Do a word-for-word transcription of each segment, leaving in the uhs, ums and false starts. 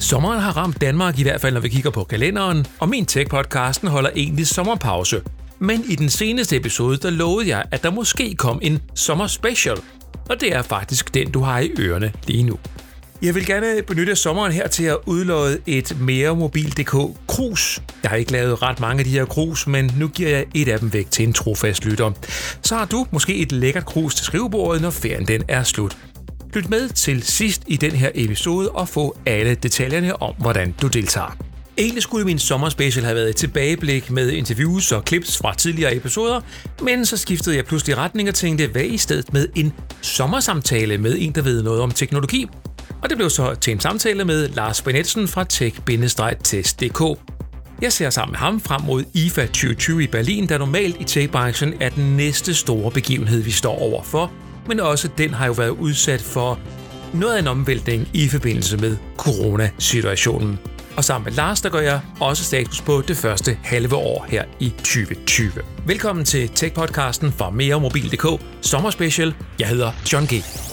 Sommeren har ramt Danmark, i hvert fald når vi kigger på kalenderen, og min tech-podcasten holder egentlig sommerpause. Men i den seneste episode, der lovede jeg, at der måske kom en sommerspecial. Og det er faktisk den, du har i ørerne lige nu. Jeg vil gerne benytte sommeren her til at udlåde et meremobil punktum d k krus. Jeg har ikke lavet ret mange af de her krus, men nu giver jeg et af dem væk til en trofast lytter. Så har du måske et lækkert krus til skrivebordet, når ferien den er slut. Lyt med til sidst i den her episode og få alle detaljerne om, hvordan du deltager. Egentlig skulle min sommerspecial have været et tilbageblik med interviews og clips fra tidligere episoder, men så skiftede jeg pludselig retning og tænkte, hvad i stedet med en sommersamtale med en, der ved noget om teknologi? Og det blev så til en samtale med Lars Bennetsen fra tech test punktum d k. Jeg ser sammen med ham frem mod I F A tyve tyve i Berlin, der normalt i tech-branchen er den næste store begivenhed, vi står overfor, men også den har jo været udsat for noget af en omvæltning i forbindelse med coronasituationen. Og sammen med Lars, der gør jeg også status på det første halve år her i tyve tyve. Velkommen til Tech-podcasten fra meremobil punktum d k Sommerspecial. Jeg hedder John G.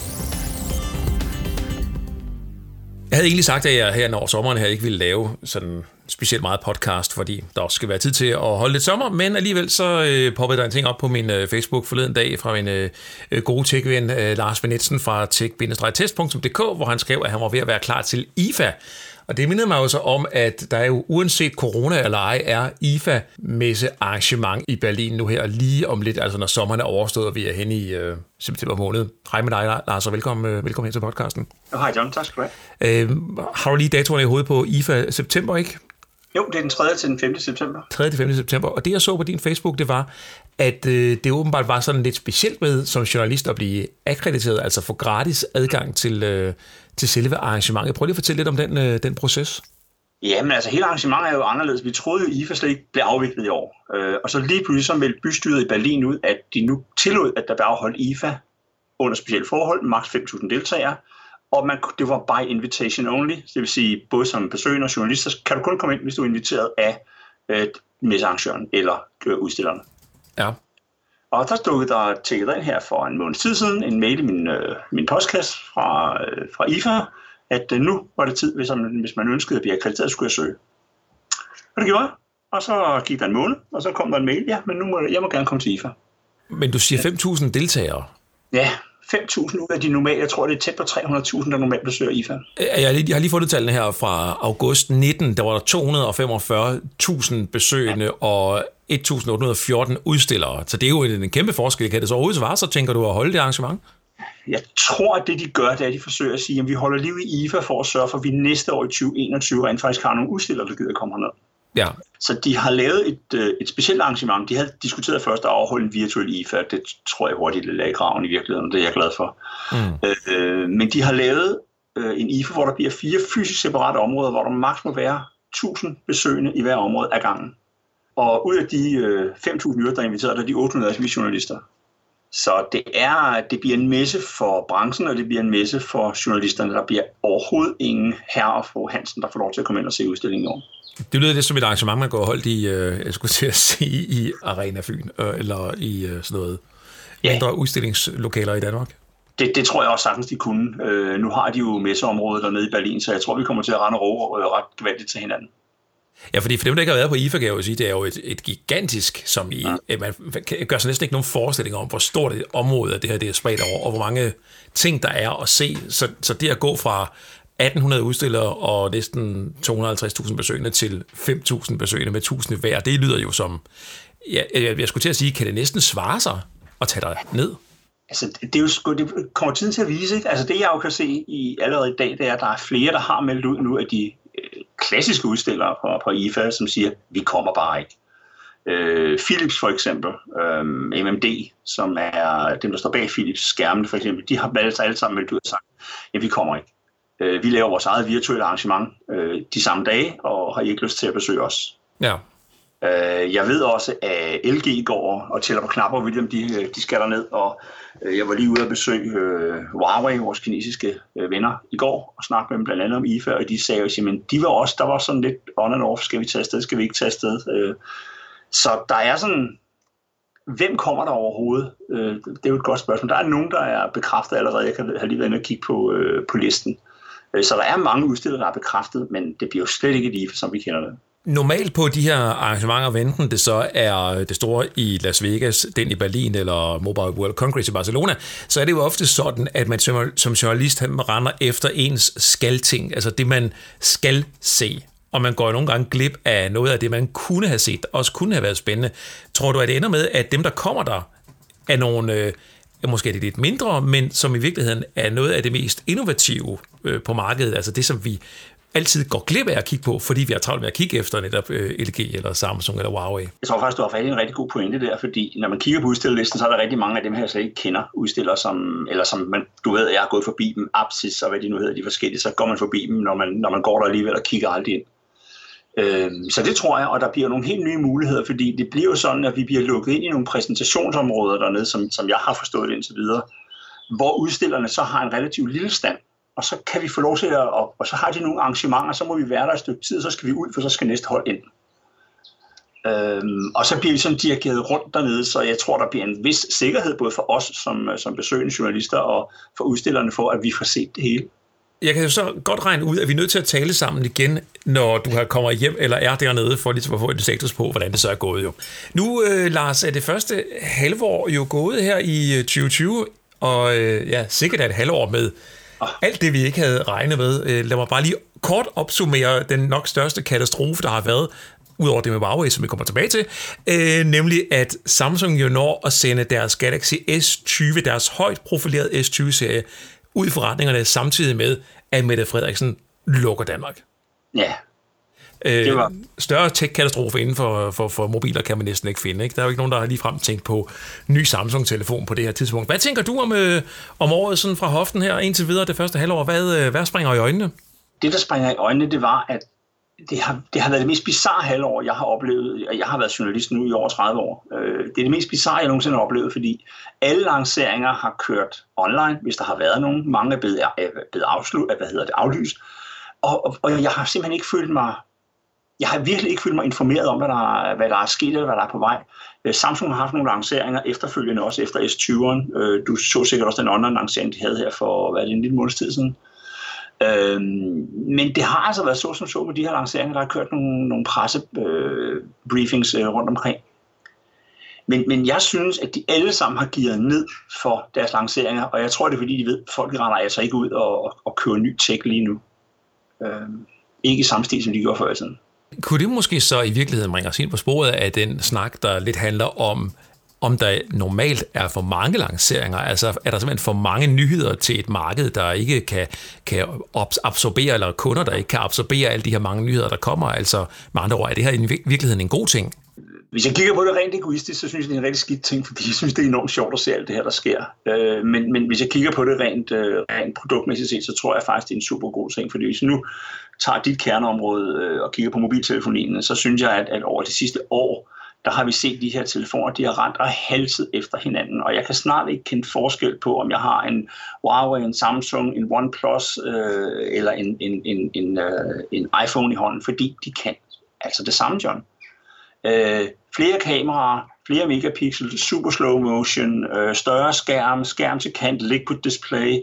Jeg havde egentlig sagt, at jeg her over sommeren her ikke ville lave sådan specielt meget podcast, fordi der også skal være tid til at holde lidt sommer, men alligevel så øh, poppede der en ting op på min øh, Facebook forleden dag fra min øh, gode tech-ven øh, Lars Bennetsen fra tech test punktum d k, hvor han skrev, at han var ved at være klar til I F A. Og det mindede mig jo så om, at der jo uanset corona eller ej, er I F A-messe arrangement i Berlin nu her lige om lidt, altså når sommeren er overstået, og vi er henne i øh, september måned. Hej med dig, Lars, og velkommen, øh, velkommen her til podcasten. Hej John, tak skal du have. Øh, har du lige datoerne i hovedet på I F A september, ikke? Jo, det er den tredje til den femte september. tredje til femte september, og det jeg så på din Facebook, det var, at øh, det åbenbart var sådan lidt specielt med som journalist at blive akkrediteret, altså få gratis adgang til, øh, til selve arrangementet. Prøv lige at fortælle lidt om den, øh, den proces. Ja, men altså hele arrangementet er jo anderledes. Vi troede jo, at I F A slet ikke blev afviklet i år. Øh, og så lige pludselig så meldte bystyret i Berlin ud, at de nu tillod, at der blev afholdt I F A under specielle forhold, maks fem tusind deltagere. Og man, det var by invitation only, det vil sige både som besøgende og journalister, kan du kun komme ind, hvis du er inviteret af øh, messearrangøren eller øh, udstillerne. Ja. Og der stod der tækket ind her for en måneds tid siden, en mail i min, øh, min postkasse fra, øh, fra I F A, at øh, nu var det tid, hvis man, hvis man ønskede at blive akkrediteret, skulle jeg søge. Og det gjorde jeg, og så gik der en måned, og så kom der en mail, ja, men nu må jeg må gerne komme til I F A. Men du siger fem tusind deltagere? Ja, fem tusind ud af de normale, jeg tror det er tæt på tre hundrede tusind, der normalt besøger I F A. Jeg har lige, jeg har lige fundet tallene her fra august nitten, der var der to hundrede og femogfyrre tusind besøgende og et tusind otte hundrede og fjorten udstillere. Så det er jo en, en kæmpe forskel. Kan det så overhovedet svare, så tænker du at holde det arrangement? Jeg tror, at det de gør, det er, at de forsøger at sige, at vi holder liv i I F A for at sørge for, at vi næste år i tyve enogtyve rent faktisk har nogle udstillere, der gider komme herned. Ja. Så de har lavet et, et specielt arrangement. De havde diskuteret først at afholde en virtuel I F A. Det tror jeg hurtigt lidt af i graven i virkeligheden, det er jeg glad for. Mm. Øh, men de har lavet øh, en I F A, hvor der bliver fire fysisk separate områder, hvor der maks må være tusind besøgende i hver område af gangen. Og ud af de øh, fem tusind øre, der er inviteret, der er de otte hundrede af journalister. Så det, er, det bliver en messe for branchen, og det bliver en messe for journalisterne. Der bliver overhovedet ingen herre og fru Hansen, der får lov til at komme ind og se udstillingen i år. Det lyder det som et arrangement, man går holdt i, øh, jeg skulle til at sige, i Arena Fyn, øh, eller i øh, sådan noget mindre ja. udstillingslokaler i Danmark. Det, det tror jeg også sagtens, de kunne. Øh, nu har de jo messeområdet dernede i Berlin, så jeg tror, vi kommer til at rende og råbe øh, ret gevaldigt til hinanden. Ja, fordi for dem, der ikke har været på I F A, kan jeg jo sige, det er jo et, et gigantisk, som i, ja. man gør sig næsten ikke nogen forestilling om, hvor stort et område det her det er spredt over, og hvor mange ting, der er at se. Så, så det at gå fra atten hundrede udstillere og næsten to hundrede og halvtreds tusind besøgende til fem tusind besøgende med tusind hver, det lyder jo som, ja, jeg, jeg skulle til at sige, kan det næsten svare sig at tage dig ned? Altså, det, er jo sgu, det kommer tiden til at vise, ikke? Altså, det jeg jo kan se i allerede i dag, det er, at der er flere, der har meldt ud nu af de øh, klassiske udstillere på, på I F A, som siger, vi kommer bare ikke. Øh, Philips for eksempel, øh, M M D, som er dem, der står bag Philips skærmen for eksempel, de har valgt alle sammen meldt ud og sagt, ja, vi kommer ikke. Øh, vi laver vores eget virtuelle arrangement øh, de samme dage, og har I ikke lyst til at besøge os. Ja. Øh, jeg ved også, at L G går og tæller på knapper, William, de, de skal derned, og øh, jeg var lige ude at besøge øh, Huawei, vores kinesiske øh, venner, i går, og snakke med dem blandt andet om I F A, og de sagde jo, at de var også, der var sådan lidt on and off, skal vi tage afsted, skal vi ikke tage afsted. Øh, så der er sådan, hvem kommer der overhovedet? Øh, det er jo et godt spørgsmål. Der er nogen, der er bekræftet allerede, jeg kan have lige været inde og kigge på, øh, på listen. Så der er mange udstillere, der er bekræftet, men det bliver jo slet ikke et I F E, som vi kender det. Normalt på de her arrangementer, enten det så er det store i Las Vegas, den i Berlin eller Mobile World Congress i Barcelona, så er det jo ofte sådan, at man som journalist render efter ens skal-ting, altså det man skal se. Og man går jo nogle gange glip af noget af det, man kunne have set, også kunne have været spændende. Tror du, at det ender med, at dem, der kommer der, er nogle, øh, måske er det lidt mindre, men som i virkeligheden er noget af det mest innovative øh, på markedet, altså det, som vi altid går glip af at kigge på, fordi vi har travlt med at kigge efter netop øh, L G eller Samsung eller Huawei? Jeg tror faktisk, du har fat i en rigtig god pointe der, fordi når man kigger på udstillerlisten, så er der rigtig mange af dem her, jeg slet ikke kender udstillere, som, eller som man, du ved, jeg har gået forbi dem, Apsis og hvad de nu hedder, de forskellige, så går man forbi dem, når man, når man går der alligevel og kigger aldrig ind. Øhm, så det tror jeg, og der bliver nogle helt nye muligheder, fordi det bliver jo sådan, at vi bliver lukket ind i nogle præsentationsområder dernede, som, som jeg har forstået det indtil videre, hvor udstillerne så har en relativt lille stand, og så kan vi få lov til at, og, og så har de nogle arrangementer, så må vi være der et stykke tid, så skal vi ud, for så skal næste hold ind. Øhm, og så bliver vi sådan dirigeret rundt dernede, så jeg tror, der bliver en vis sikkerhed, både for os som, som besøgende journalister og for udstillerne, for at vi får set det hele. Jeg kan jo så godt regne ud, at vi er nødt til at tale sammen igen, når du har kommer hjem eller er dernede, for lige at få en status på, hvordan det så er gået jo. Nu, øh, Lars, er det første halvår jo gået her i tyve tyve, og øh, ja, sikkert er et halvår med alt det, vi ikke havde regnet med. Øh, lad mig bare lige kort opsummere den nok største katastrofe, der har været, udover det med Huawei, som vi kommer tilbage til, øh, nemlig at Samsung jo når at sende deres Galaxy S tyve, deres højt profilerede S tyve-serie, ud i forretningerne, samtidig med, at Mette Frederiksen lukker Danmark. Ja. Øh, var... Større tech-katastrofe inden for, for, for mobiler kan man næsten ikke finde. Ikke? Der er jo ikke nogen, der har ligefrem tænkt på ny Samsung-telefon på det her tidspunkt. Hvad tænker du om, øh, om året sådan fra hoften her, indtil videre det første halvår? Hvad, øh, hvad springer i øjnene? Det, der springer i øjnene, det var, at det har, det har været det mest bizarre halvår, jeg har oplevet. Jeg har været journalist nu i over tredive år. Det er det mest bizarre, jeg nogensinde har oplevet, fordi alle lanceringer har kørt online, hvis der har været nogen. Mange er blevet, er blevet afslut, hvad hedder det, aflyst. Og, og, og jeg har simpelthen ikke følt mig, jeg har virkelig ikke følt mig informeret om, hvad der, hvad der er sket eller hvad der er på vej. Samsung har haft nogle lanceringer efterfølgende, også efter S tyveren. Du så sikkert også den online-lancering, de havde her for, hvad er det, en lille måneds tid siden. Øhm, men det har altså været så som så med de her lanceringer, der har kørt nogle, nogle pressebriefings øh, øh, rundt omkring. Men, men jeg synes, at de alle sammen har givet ned for deres lanceringer, og jeg tror, det er fordi, de ved, at folk render altså ikke ud og, og, og kører ny tech lige nu. Øhm, ikke i samme stil, som de gjorde før i tiden. Kunne det måske så i virkeligheden bringe os ind på sporet af den snak, der lidt handler om, om der normalt er for mange lanceringer, altså er der simpelthen for mange nyheder til et marked, der ikke kan, kan absorbere, eller kunder, der ikke kan absorbere alle de her mange nyheder, der kommer, altså med andre ord, er det her i virkeligheden en god ting? Hvis jeg kigger på det rent egoistisk, så synes jeg, det er en rigtig skidt ting, fordi jeg synes, det er enormt sjovt at se alt det her, der sker. Men, men hvis jeg kigger på det rent, rent produktmæssigt set, så tror jeg faktisk, det er en super god ting, fordi hvis nu tager dit kerneområde og kigger på mobiltelefonien, så synes jeg, at, at over de sidste år, der har vi set de her telefoner, de har rendt og halset efter hinanden, og jeg kan snart ikke kende forskel på, om jeg har en Huawei, en Samsung, en OnePlus øh, eller en, en, en, en, øh, en iPhone i hånden, fordi de kan altså det samme, John. Øh, flere kameraer, flere megapixels, super slow motion, øh, større skærm, skærm til kant, liquid display,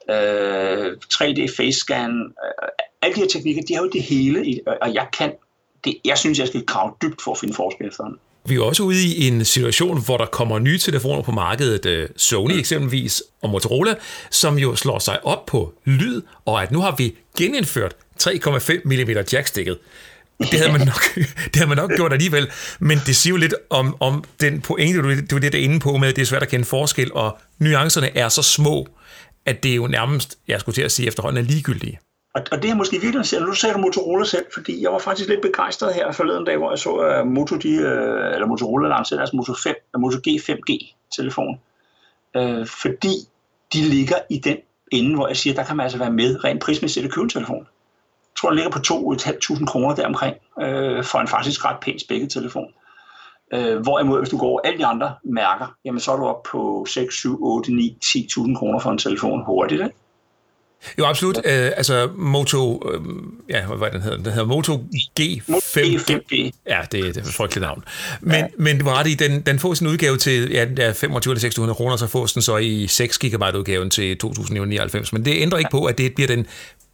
øh, tre D face scan, øh, alle de her teknikker, de har jo det hele, i, og jeg kan det, jeg synes, jeg skal grave dybt for at finde forskel efter den. Vi er også ude i en situation, hvor der kommer nye telefoner på markedet, Sony eksempelvis og Motorola, som jo slår sig op på lyd, og at nu har vi genindført tre komma fem millimeter jackstikket. Det havde man nok, det havde man nok gjort alligevel, men det siger jo lidt om, om den pointe, du, du er lidt inde på med, at det er svært at kende forskel, og nuancerne er så små, at det er jo nærmest, jeg skulle til at sige, efterhånden er ligegyldige. Og, og det er måske virkelig set, nu sagde du Motorola selv, fordi jeg var faktisk lidt begejstret her forleden dag, hvor jeg så, at Moto, de, eller Motorola lancerede deres Moto, fem, Moto G fem G-telefon. Øh, fordi de ligger i den ende, hvor jeg siger, der kan man altså være med rent prismæssigt at købe en telefon. Jeg tror, den ligger på to tusind fem hundrede kroner deromkring, øh, for en faktisk ret pænt spækket telefon. Øh, hvorimod, hvis du går over alle de andre mærker, jamen så er du op på seks, syv, otte, ni, ti tusind kroner for en telefon hurtigt, ikke? Jo, absolut. Ja. Øh, altså Moto, øh, ja, hvad den hedder? Den hedder Moto G fem G. Ja, det, det er et frygteligt navn. Men, ja. men det var ret i, den, den får sin udgave til ja, femogtyve til seks hundrede kroner, så får den så i seks gigabyte udgaven til to tusind ni hundrede nioghalvfems. Men det ændrer ikke på, at det bliver den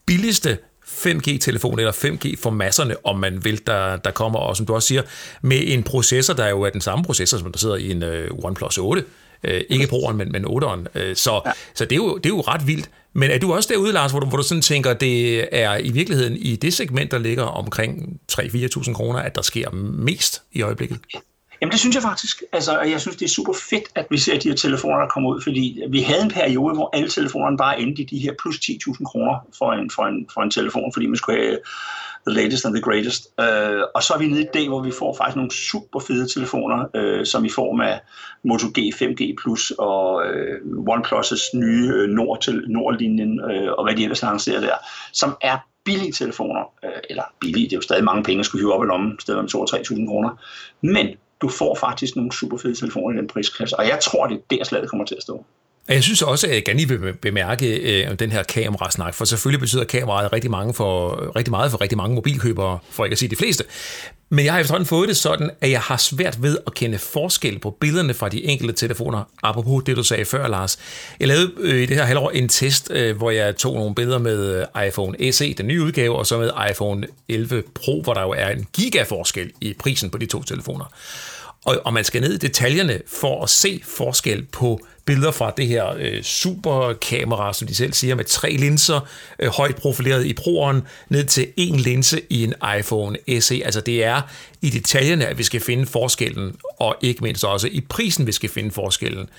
billigste fem G-telefon, eller fem G for masserne, om man vil, der, der kommer, og som du også siger, med en processor, der jo er den samme processor, som der sidder i en uh, OnePlus otte. Uh, ikke brugeren, men, men otteren. Uh, så ja. så det, er jo, det er jo ret vildt. Men er du også derude, Lars, hvor du, hvor du sådan tænker, det er i virkeligheden i det segment, der ligger omkring tre til fire tusind kroner, at der sker mest i øjeblikket? Jamen det synes jeg faktisk. Altså, jeg synes, det er super fedt, at vi ser de her telefoner, der kommer ud, fordi vi havde en periode, hvor alle telefonerne bare endte i de her plus ti tusind kroner for en, for, en, for en telefon, fordi man skulle have the latest and the greatest. Uh, og så er vi nede i dag, hvor vi får faktisk nogle super fede telefoner, uh, som i form af Moto G fem G plus og uh, OnePlus' nye uh, Nord til Nord-linjen, uh, og hvad de ellers lancerer der, som er billige telefoner, uh, eller billige, det er jo stadig mange penge at skulle hive op i lommen, stedet om to til tre tusind kroner, men du får faktisk nogle super fede telefoner i den prisklasse, og jeg tror, det er der slaget kommer til at stå. Jeg synes også, at jeg gerne vil bemærke øh, den her kamerasnak, for selvfølgelig betyder kameraet rigtig, mange for, rigtig meget for rigtig mange mobilkøbere, for ikke at sige de fleste. Men jeg har efterhånden fået det sådan, at jeg har svært ved at kende forskel på billederne fra de enkelte telefoner. Apropos det, du sagde før, Lars. Jeg lavede øh, i det her halvår en test, øh, hvor jeg tog nogle billeder med iPhone S E, den nye udgave, og så med iPhone elleve Pro, hvor der jo er en gigaforskel i prisen på de to telefoner. Og, og man skal ned i detaljerne for at se forskel på billeder fra det her øh, superkamera, som de selv siger, med tre linser, øh, højt profileret i Pro'eren, ned til en linse i en iPhone S E. Altså det er i detaljerne, at vi skal finde forskellen, og ikke mindst også i prisen, vi skal finde forskellen.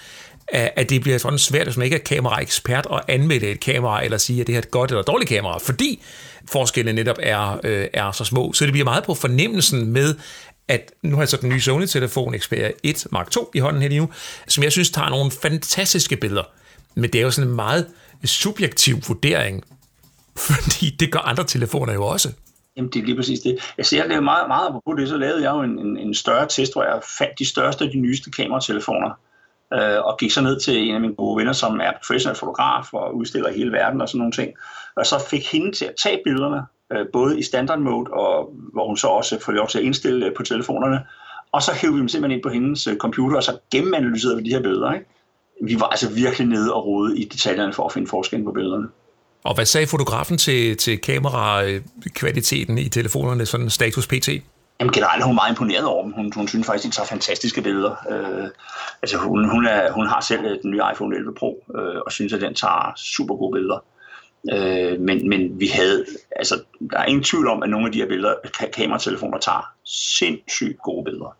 At det bliver sådan svært, hvis man ikke er kameraekspert, at anmelde et kamera, eller sige, at det her er et godt eller dårligt kamera, fordi forskellene netop er, øh, er så små. Så det bliver meget på fornemmelsen med, at nu har jeg så den nye Sony-telefon Xperia et Mark to i hånden her lige nu, som jeg synes tager nogle fantastiske billeder. Men det er jo sådan en meget subjektiv vurdering, fordi det gør andre telefoner jo også. Jamen det er lige præcis det. Jeg ser, det er meget, meget på det, så lavede jeg jo en, en, en større test, hvor jeg fandt de største og de nyeste kameratelefoner, øh, og gik så ned til en af mine gode venner, som er professionel fotograf og udstiller i hele verden og sådan nogle ting, og så fik hende til at tage billederne, både i standard mode, og hvor hun så også får lov til at indstille på telefonerne. Og så hævde vi dem simpelthen ind på hendes computer, og så gennemanalyserede vi de her billeder. Ikke? Vi var altså virkelig nede og rode i detaljerne for at finde forskellen på billederne. Og hvad sagde fotografen til, til kamerakvaliteten i telefonerne, sådan status pt? Jamen generelt er hun meget imponeret over dem. Hun, hun synes faktisk, de tager fantastiske billeder. Øh, altså hun, hun, er, hun har selv den nye iPhone elleve Pro, øh, og synes, at den tager super gode billeder. Øh, men, men vi havde, altså der er ingen tvivl om, at nogle af de her billeder, kameratelefoner tager sindssygt gode billeder.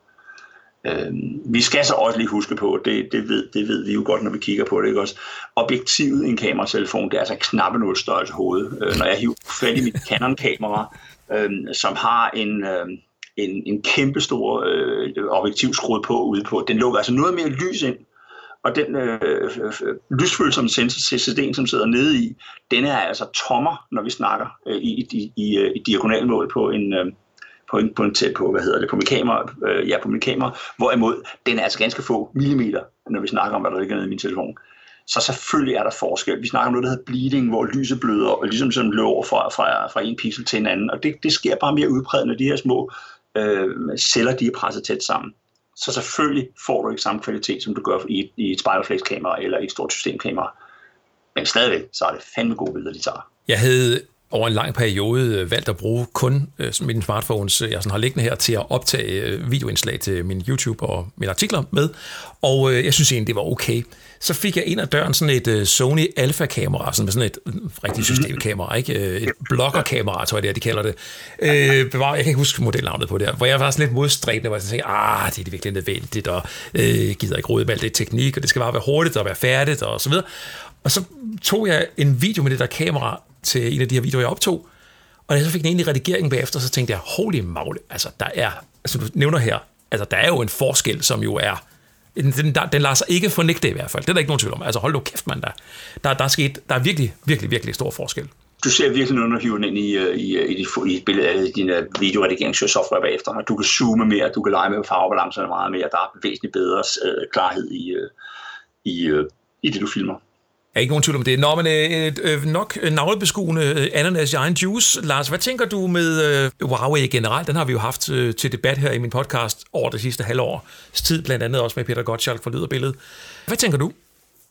Øh, vi skal så også lige huske på, det, det, ved, det ved vi jo godt, når vi kigger på det, ikke også? Objektivet i en kameratelefon, det er altså knappe noget størrelse hoved. Øh, når jeg hiver fat i mit Canon-kamera, øh, som har en, øh, en, en kæmpe stor øh, objektiv skruet på ude på, den lukker altså noget mere lys ind. Og den øh, øh, lysfølsomme sensor C C D'en, som sidder nede i, den er altså tommer, når vi snakker øh, i, i, i, i diagonalmål på en, øh, på en, på en tæt på, hvad hedder det, på mit kamera, øh, ja, på mit kamera, hvorimod den er altså ganske få millimeter, når vi snakker om, hvad der ligger nede i min telefon. Så selvfølgelig er der forskel. Vi snakker om noget, der hedder bleeding, hvor lyset bløder, og ligesom sådan løber over fra, fra, fra en pixel til en anden, og det, det sker bare mere udpræget, når de her små øh, celler, de er presset tæt sammen. Så selvfølgelig får du ikke samme kvalitet, som du gør i et, i et spejlreflekskamera eller et stort systemkamera. Men stadigvæk, så er det fandme gode billeder, de tager. Jeg havde over en lang periode valgt at bruge kun øh, mine smartphones, jeg sådan har liggende her, til at optage øh, videoindslag til min YouTube og mine artikler med. Og øh, jeg synes egentlig, det var okay. Så fik jeg ind ad døren sådan et øh, Sony Alpha-kamera, sådan med sådan et øh, rigtigt systemkamera, ikke? Et bloggerkamera, tror jeg det er, de kalder det. Øh, bevar, jeg kan ikke huske modelnavnet på det her, hvor jeg var sådan lidt modstræbende, hvor jeg tænkte, ah, det er det virkelig nødvendigt, og øh, gider ikke rode med alt det teknik, og det skal bare være hurtigt og være færdigt, og så videre. Og så tog jeg en video med det der kamera til en af de her videoer, jeg optog, og da jeg så fik den egentlig redigeringen bagefter, så tænkte jeg, holy magle, altså der er, altså du nævner her, altså der er jo en forskel, som jo er, den, den, den lader sig ikke fornægte i hvert fald, det er der ikke nogen tvivl om, altså hold nu kæft, mand, der, der, der er sket, der er virkelig, virkelig, virkelig stor forskel. Du ser virkelig noget, når du hiver den ind i, i, i, i et billede af din videoredigeringssoftware bagefter, og du kan zoome mere, du kan lege med farvebalancerne meget mere, der er væsentligt bedre øh, klarhed i, øh, i, øh, i det, du filmer. Jeg er ikke nogen tvivl om det. Nå, men øh, øh, nok navlebeskuende øh, ananas i egen juice. Lars, hvad tænker du med øh, Huawei generelt? Den har vi jo haft øh, til debat her i min podcast over det sidste halvårs tid, blandt andet også med Peter Gottschalk fra Lyd og Billede. Hvad tænker du?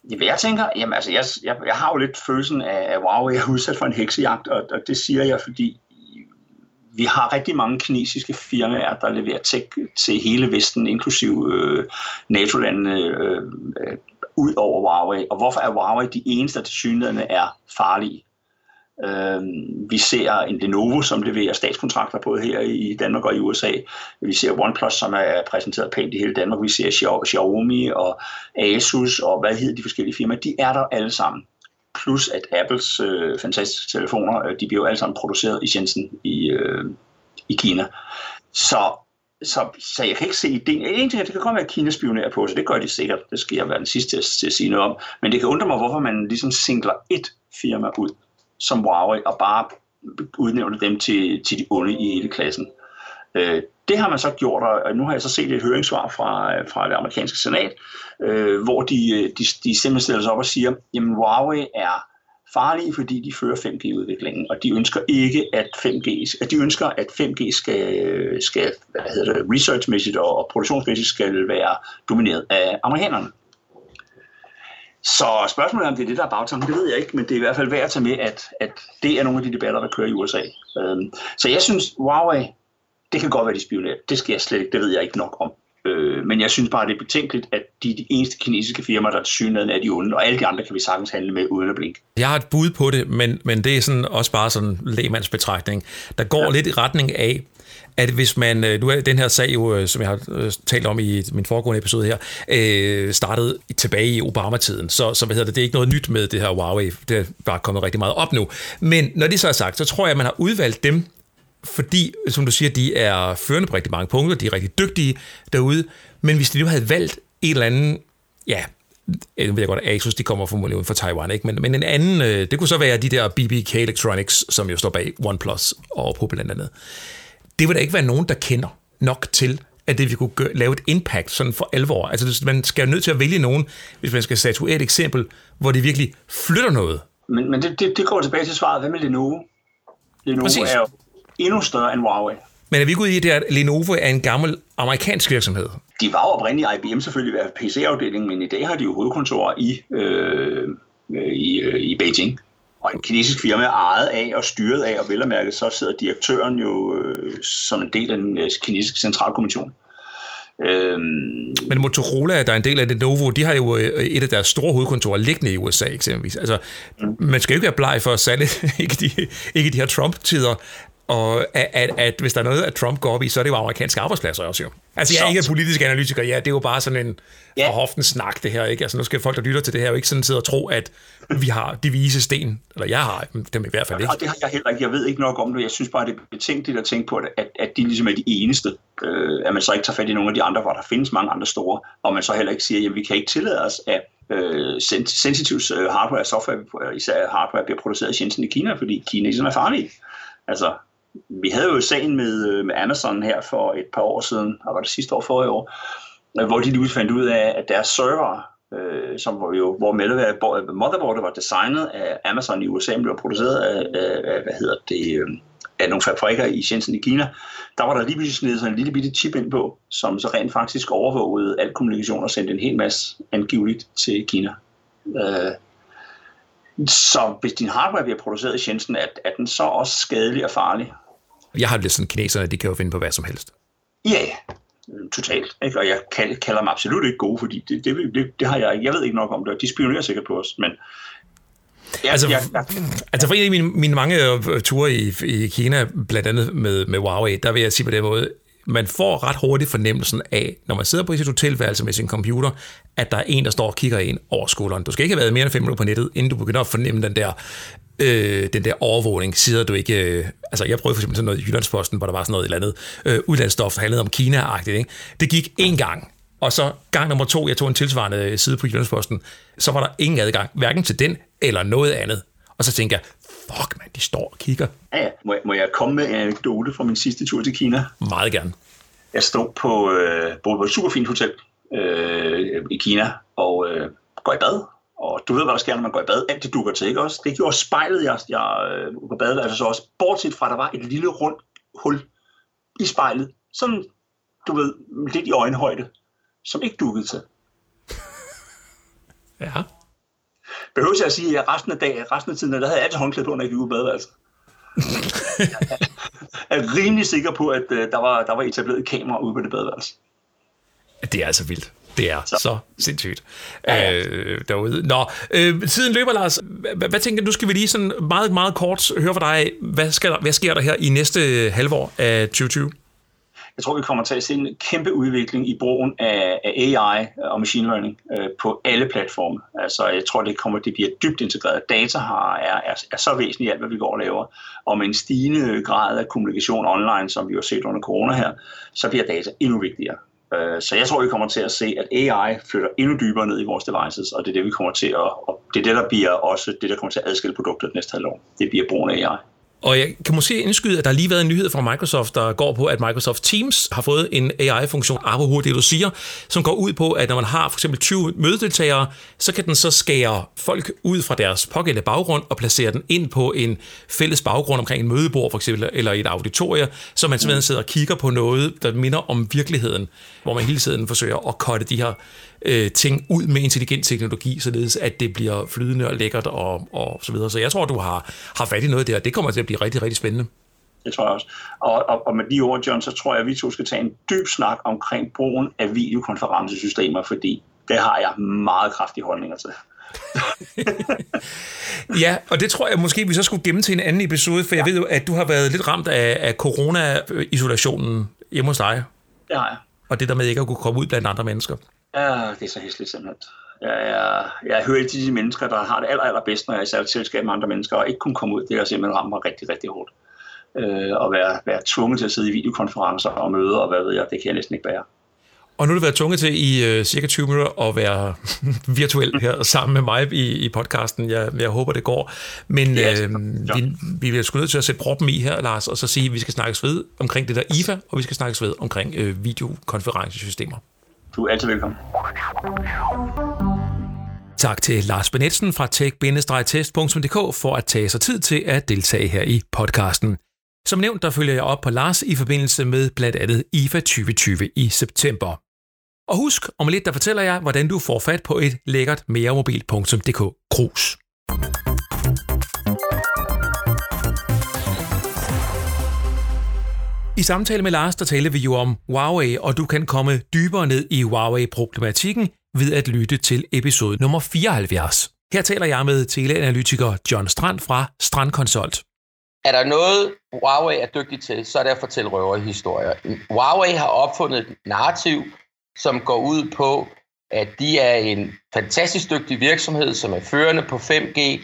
Jeg tænker, jamen altså, jeg, jeg, jeg har jo lidt følelsen af, at Huawei er udsat for en heksejagt, og, og det siger jeg, fordi vi har rigtig mange kinesiske firmaer, der leverer tech til hele Vesten, inklusive øh, NATO-landene, øh, øh, ud over Huawei. Og hvorfor er Huawei de eneste, der tilsyneladende er farlige? Øh, vi ser en Lenovo, som leverer statskontrakter på her i Danmark og i U S A. Vi ser OnePlus, som er præsenteret pænt i hele Danmark. Vi ser Xiaomi og Asus og hvad hedder de forskellige firmaer. De er der alle sammen. Plus at Apples øh, fantastiske telefoner, øh, de bliver jo alle sammen produceret i Shenzhen i, øh, i Kina. Så, så, så jeg kan ikke se ideen. En ting, det kan godt være, at Kina spionerer på, så det gør de sikkert. Det skal jeg være den sidste til, til at sige noget om. Men det kan undre mig, hvorfor man ligesom singler et firma ud som Huawei og bare udnævner dem til, til de onde i hele klassen. Øh, det har man så gjort, og nu har jeg så set et høringssvar fra, fra det amerikanske senat, øh, hvor de, de, de simpelthen stiller sig op og siger, jamen Huawei er farlige, fordi de fører fem G-udviklingen, og de ønsker ikke, at fem G, at de ønsker, at fem G skal, skal hvad hedder det, researchmæssigt og produktionsmæssigt skal være domineret af amerikanerne. Så spørgsmålet er, om det er det, der er bagtanken, det ved jeg ikke, men det er i hvert fald værd at tage med, at, at det er nogle af de debatter, der kører i U S A. Øhm, så jeg synes, Huawei, det kan godt være, de spionerer. Det skal jeg slet ikke, det ved jeg ikke nok om. Øh, men jeg synes bare, det er betænkeligt, at de er de eneste kinesiske firmaer, der tilsyneladende er de onde, og alle de andre kan vi sagtens handle med uden at blinke. Jeg har et bud på det, men, men det er sådan også bare sådan en lægmandsbetragtning, der går ja. lidt i retning af, at hvis man, nu er den her sag jo, som jeg har talt om i min foregående episode her, øh, startede tilbage i Obama-tiden, så, så hvad hedder det, det er ikke noget nyt med det her Huawei, det er bare kommet rigtig meget op nu. Men når det så er sagt, så tror jeg, at man har udvalgt dem, fordi, som du siger, de er førende på rigtig mange punkter, de er rigtig dygtige derude, men hvis de nu havde valgt en eller anden, ja, jeg ved jeg godt, at Asus, de kommer formodentlig uden for Taiwan, ikke? Men, men en anden, det kunne så være de der B B K Electronics, som jo står bag OnePlus og Oppo blandt andet. Det vil der ikke være nogen, der kender nok til, at det vi kunne gøre, lave et impact sådan for alvor. Altså man skal jo nødt til at vælge nogen, hvis man skal statuere et eksempel, hvor det virkelig flytter noget. Men, men det, det, det går tilbage til svaret. Hvad med Lenovo? Lenovo Præcis. Er jo endnu større end Huawei. Men er vi gået i det, at Lenovo er en gammel amerikansk virksomhed? De var jo oprindeligt I B M selvfølgelig ved P C-afdelingen, men i dag har de jo hovedkontor i, øh, i, øh, i Beijing. Og en kinesisk firma er ejet af og styret af, og vel at mærke, så sidder direktøren jo øh, som en del af den øh, kinesiske centralkommission. Øhm, Men Motorola, der er en del af Lenovo, de har jo et af deres store hovedkontorer liggende i U S A eksempelvis. Altså, mm. man skal jo ikke være bleg for at sælge ikke de, ikke de her Trump-tider, og at, at, at hvis der er noget, at Trump går op i, så er det jo amerikanske arbejdspladser også jo. Altså, jeg er ikke politisk analytiker, ja, det er jo bare sådan en ja. forhoften snak, det her, ikke? Altså, nu skal folk, der lytter til det her, jo ikke sådan sidde og tro, at vi har de vise sten, eller jeg har dem i hvert fald ikke. Ja, det har jeg heller ikke. Jeg ved ikke nok om det. Jeg synes bare, det er betænkeligt at tænke på, at, at de ligesom er de eneste, øh, at man så ikke tager fat i nogle af de andre, hvor der findes mange andre store, og man så heller ikke siger, at vi kan ikke tillade os, at øh, sensitive hardware og software, især hardware, bliver produceret i Shenzhen i Kina, fordi Kina ligesom er farlige. Altså, vi havde jo sagen med, med Amazon her for et par år siden, og var det sidste år, forrige år, hvor de lige fandt ud af, at deres server, øh, som var jo, hvor motherboardet var designet af Amazon i U S A, blev produceret af, af, hvad hedder det, af nogle fabrikker i Shenzhen i Kina, der var der lige pludselig snedet sådan en lille bitte chip ind på, som så rent faktisk overvågede al kommunikation og sendte en hel masse angiveligt til Kina. Øh, så hvis din hardware bliver produceret i Shenzhen, er, er den så også skadelig og farlig? Jeg har lidt sådan, kineserne, de kan jo finde på hvad som helst. Ja, yeah, totalt. Ikke? Og jeg kalder dem absolut ikke gode, fordi det, det, det, det har jeg, jeg ved ikke nok om det. De spionerer sikkert på os, men... Ja, altså, ja, ja. altså for en af mine, mine mange ture i, i Kina, blandt andet med, med Huawei, der vil jeg sige på den måde, man får ret hurtigt fornemmelsen af, når man sidder på sit hotelværelse med sin computer, at der er en, der står og kigger ind over skulderen. Du skal ikke have været mere end fem minutter på nettet, inden du begynder at fornemme den der, øh, den der overvågning. Sidder du ikke... Øh, altså, jeg prøvede for eksempel sådan noget i Jyllandsposten, hvor der var sådan noget eller andet øh, udlandsstof, der handlede om Kina-agtigt. Ikke? Det gik én gang, og så gang nummer to, jeg tog en tilsvarende side på Jyllandsposten, så var der ingen adgang, hverken til den eller noget andet. Og så tænker jeg, fuck man, de står og kigger. Ja, ja. Må, jeg, må jeg komme med en anekdote fra min sidste tur til Kina? Meget gerne. Jeg stod på, øh, på et super fint hotel øh, i Kina, og øh, går i bad. Og du ved, hvad der sker, når man går i bad. Alt det dukker til, ikke også? Det gjorde spejlet, jeg, jeg øh, på badeværelset så også. Bortset fra, at der var et lille rundt hul i spejlet. Sådan, du ved, lidt i øjenhøjde, som ikke dukkede til. Ja. behøver jeg at sige, at resten af dagen, resten af tiden, der havde jeg altid håndklæde på, når jeg gik ud i badeværelset. Jeg er rimelig sikker på, at uh, der, var, der var etableret kamera ude på det badeværelse. Det er altså vildt. Det er så, så sindssygt ja, ja. Øh, derude. Nå, øh, tiden løber, Lars. Hvad, hvad tænker du? Nu skal vi lige sådan meget, meget kort høre fra dig. Hvad, skal der, hvad sker der her i næste halvår af tyve tyve? Jeg tror, vi kommer til at se en kæmpe udvikling i brugen af, af A I og machine learning øh, på alle platforme. Altså, jeg tror, det kommer, det bliver dybt integreret. Data har, er, er, er så væsentligt i alt, hvad vi går og laver. Og med en stigende grad af kommunikation online, som vi har set under corona her, så bliver data endnu vigtigere. Så jeg tror, vi kommer til at se, at A I flytter endnu dybere ned i vores devices, og det er det, vi kommer til at, og det er det, der bliver også det, der kommer til at adskille produktet næste halvår. Det bliver brugen af A I. Og jeg kan måske indskyde, at der lige været en nyhed fra Microsoft, der går på, at Microsoft Teams har fået en A I-funktion, apropos det du siger, som går ud på, at når man har for eksempel tyve mødedeltagere, så kan den så skære folk ud fra deres pågældende baggrund og placere den ind på en fælles baggrund omkring en mødebord for eksempel, eller et auditorie, så man simpelthen sidder og kigger på noget, der minder om virkeligheden, hvor man hele tiden forsøger at cutte de her øh, ting ud med intelligent teknologi, således at det bliver flydende og lækkert og, og så videre. Så jeg tror, du har, har fat i noget der. Det kommer til at blive rigtig, rigtig spændende. Det tror jeg også. Og, og, og med de ord, John, så tror jeg, at vi to skal tage en dyb snak omkring brugen af videokonferencesystemer, fordi det har jeg meget kraftige holdninger til. Ja, og det tror jeg måske, vi så skulle gemme til en anden episode, for jeg ved jo, at du har været lidt ramt af, af corona-isolationen hjemme hos dig. Det har jeg. Og det der med ikke at kunne komme ud blandt andre mennesker. Ja, det er så hæsligt simpelthen. Jeg, jeg, jeg hører til de mennesker, der har det aller, allerbedst, når jeg er i særligt selskab med andre mennesker, og ikke kunne komme ud. Det har simpelthen ramt mig rigtig, rigtig hårdt. Øh, og være, være tvunget til at sidde i videokonferencer og møder, og hvad ved jeg, det kan jeg næsten ikke bære. Og nu har du været tvunget til i øh, cirka tyve minutter at være virtuel her sammen med mig i, i podcasten. Jeg, jeg håber, det går. Men yes, øh, vi, vi bliver sgu nødt til at sætte proppen i her, Lars, og så sige, at vi skal snakkes ved omkring det der I F A, og vi skal snakkes ved omkring øh, videokonferencesystemer. Du er altid velkommen. Tak til Lars Benetsen fra tech test punktum d k for at tage sig tid til at deltage her i podcasten. Som nævnt, der følger jeg op på Lars i forbindelse med blandt andet I F A tyve tyve i september. Og husk, om lidt der fortæller jeg, hvordan du får fat på et lækkert meremobil punktum d k krus. I samtale med Lars, der taler vi jo om Huawei, og du kan komme dybere ned i Huawei-problematikken ved at lytte til episode nummer fireoghalvfjerds. Her taler jeg med teleanalytiker John Strand fra Strand Consult. Er der noget, Huawei er dygtig til, så er det at fortælle røverhistorier. Huawei har opfundet et narrativ, som går ud på, at de er en fantastisk dygtig virksomhed, som er førende på fem G,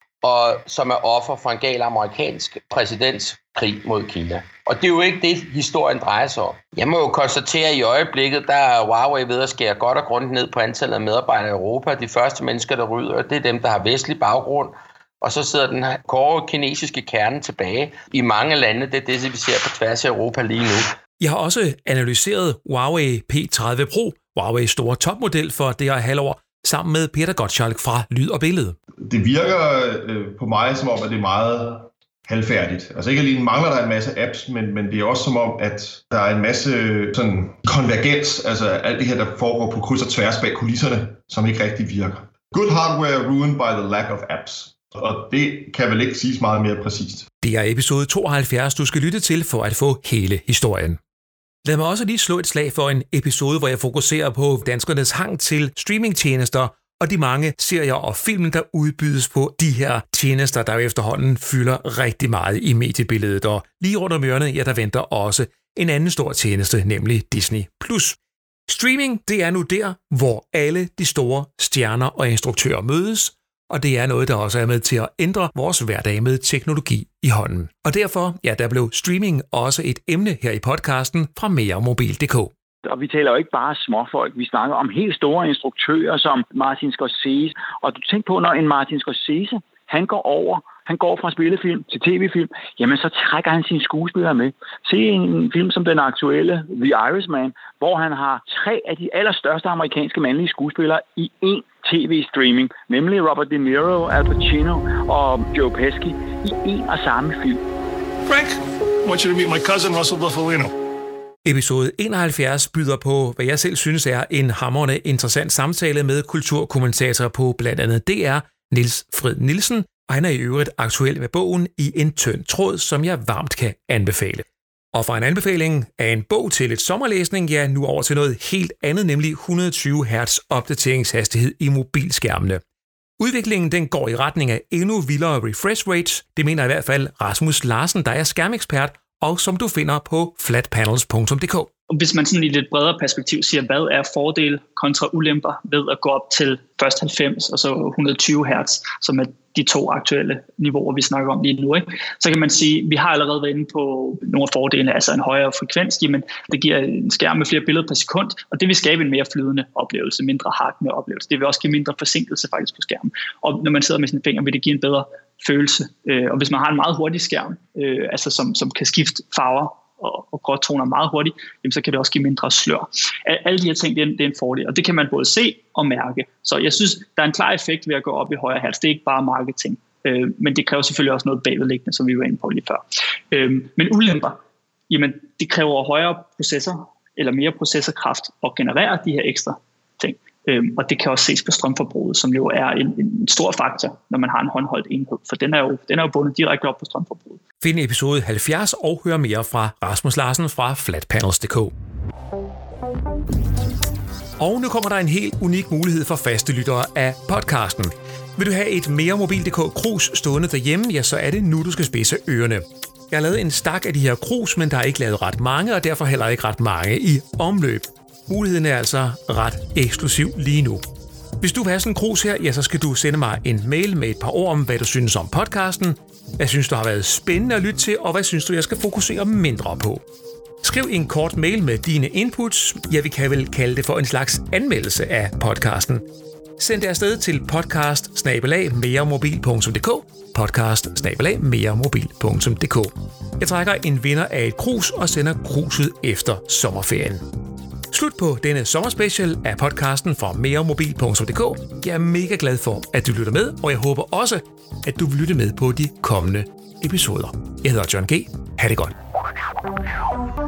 og som er offer for en gal amerikansk præsidents krig mod Kina. Og det er jo ikke det, historien drejer sig om. Jeg må jo konstatere, at i øjeblikket, der er Huawei ved at skære godt og grundigt ned på antallet af medarbejdere i Europa. De første mennesker, der ryger, det er dem, der har vestlig baggrund. Og så sidder den hårde kinesiske kerne tilbage i mange lande. Det er det, vi ser på tværs af Europa lige nu. Jeg har også analyseret Huawei P tredive Pro, Huaweis store topmodel for det her halvår, sammen med Peter Gottschalk fra Lyd og Billede. Det virker øh, på mig som om, at det er meget halvfærdigt. Altså ikke alene mangler der en masse apps, men, men det er også som om, at der er en masse sådan konvergens, altså alt det her, der foregår på kryds og tværs bag kulisserne, som ikke rigtig virker. Good hardware ruined by the lack of apps. Og det kan vel ikke siges meget mere præcist. Det er episode tooghalvfjerds, du skal lytte til for at få hele historien. Lad mig også lige slå et slag for en episode, hvor jeg fokuserer på danskernes hang til streamingtjenester og de mange serier og film, der udbydes på de her tjenester, der efterhånden fylder rigtig meget i mediebilledet. Og lige rundt om hjørnet, ja, der venter også en anden stor tjeneste, nemlig Disney plus. Streaming, det er nu der, hvor alle de store stjerner og instruktører mødes, og det er noget, der også er med til at ændre vores hverdag med teknologi i hånden. Og derfor, ja, der blev streaming også et emne her i podcasten fra meremobil punktum d k. Og vi taler jo ikke bare småfolk, vi snakker om helt store instruktører som Martin Scorsese. Og du tænker på, når en Martin Scorsese, han går over, han går fra spillefilm til tv-film, jamen så trækker han sine skuespillere med. Se en film som den aktuelle The Irishman, hvor han har tre af de allerstørste amerikanske mandlige skuespillere i én tv-streaming, nemlig Robert De Niro, Al Pacino og Joe Pesci i én og samme film. Frank, I want you to meet my cousin Russell Buffalino. Episode enoghalvfjerds byder på, hvad jeg selv synes er en hamrende interessant samtale med kulturkommentator på blandt andet D R, Niels Frid Nielsen, og han er i øvrigt aktuel med bogen I en tynd tråd, som jeg varmt kan anbefale. Og fra en anbefaling af en bog til et sommerlæsning, ja, nu over til noget helt andet, nemlig et hundrede og tyve hertz opdateringshastighed i mobilskærmene. Udviklingen den går i retning af endnu vildere refresh rates, det mener i hvert fald Rasmus Larsen, der er skærmekspert, og som du finder på flatpanels punktum d k. Hvis man sådan i lidt bredere perspektiv siger, hvad er fordele kontra ulemper ved at gå op til først halvfems og så et hundrede og tyve hertz, som er de to aktuelle niveauer, vi snakker om lige nu, ikke? Så kan man sige, at vi har allerede været inde på nogle af fordelene, altså en højere frekvens, men det giver en skærm med flere billeder per sekund, og det vil skabe en mere flydende oplevelse, mindre hakkende oplevelse. Det vil også give mindre forsinkelse faktisk på skærmen. Og når man sidder med sine fingre, vil det give en bedre følelse. Og hvis man har en meget hurtig skærm, altså som, som kan skifte farver, og gråtoner meget hurtigt, jamen så kan det også give mindre slør. Alle de her ting, det er, en, det er en fordel, og det kan man både se og mærke. Så jeg synes, der er en klar effekt ved at gå op i højere hertz. Det er ikke bare marketing, øh, men det kræver selvfølgelig også noget bagvedliggende, som vi var inde på lige før. Øh, men ulemper, jamen det kræver højere processor, eller mere processorkraft at generere de her ekstra ting. Øhm, og det kan også ses på strømforbruget, som jo er en, en stor faktor, når man har en håndholdt enhed, for den er jo, den er jo bundet direkte op på strømforbruget. Find episode halvfjerds og hør mere fra Rasmus Larsen fra flatpanels punktum d k. Og nu kommer der en helt unik mulighed for faste lyttere af podcasten. Vil du have et mere mobil punktum d k krus stående derhjemme, ja, så er det nu, du skal spidse ørerne. Jeg har lavet en stak af de her krus, men der er ikke lavet ret mange, og derfor heller ikke ret mange i omløb. Muligheden er altså ret eksklusiv lige nu. Hvis du vil have sådan en krus her, ja, så skal du sende mig en mail med et par ord om, hvad du synes om podcasten. Hvad synes du har været spændende at lytte til, og hvad synes du, jeg skal fokusere mindre på? Skriv en kort mail med dine inputs. Ja, vi kan vel kalde det for en slags anmeldelse af podcasten. Send det afsted til podcast bindestreg meremobil punktum d k. podcast bindestreg meremobil punktum d k. Jeg trækker en vinder af et krus og sender kruset efter sommerferien. Slut på denne sommerspecial af podcasten fra meremobil punktum d k. Jeg er mega glad for, at du lytter med, og jeg håber også, at du vil lytte med på de kommende episoder. Jeg hedder John G. Ha' det godt.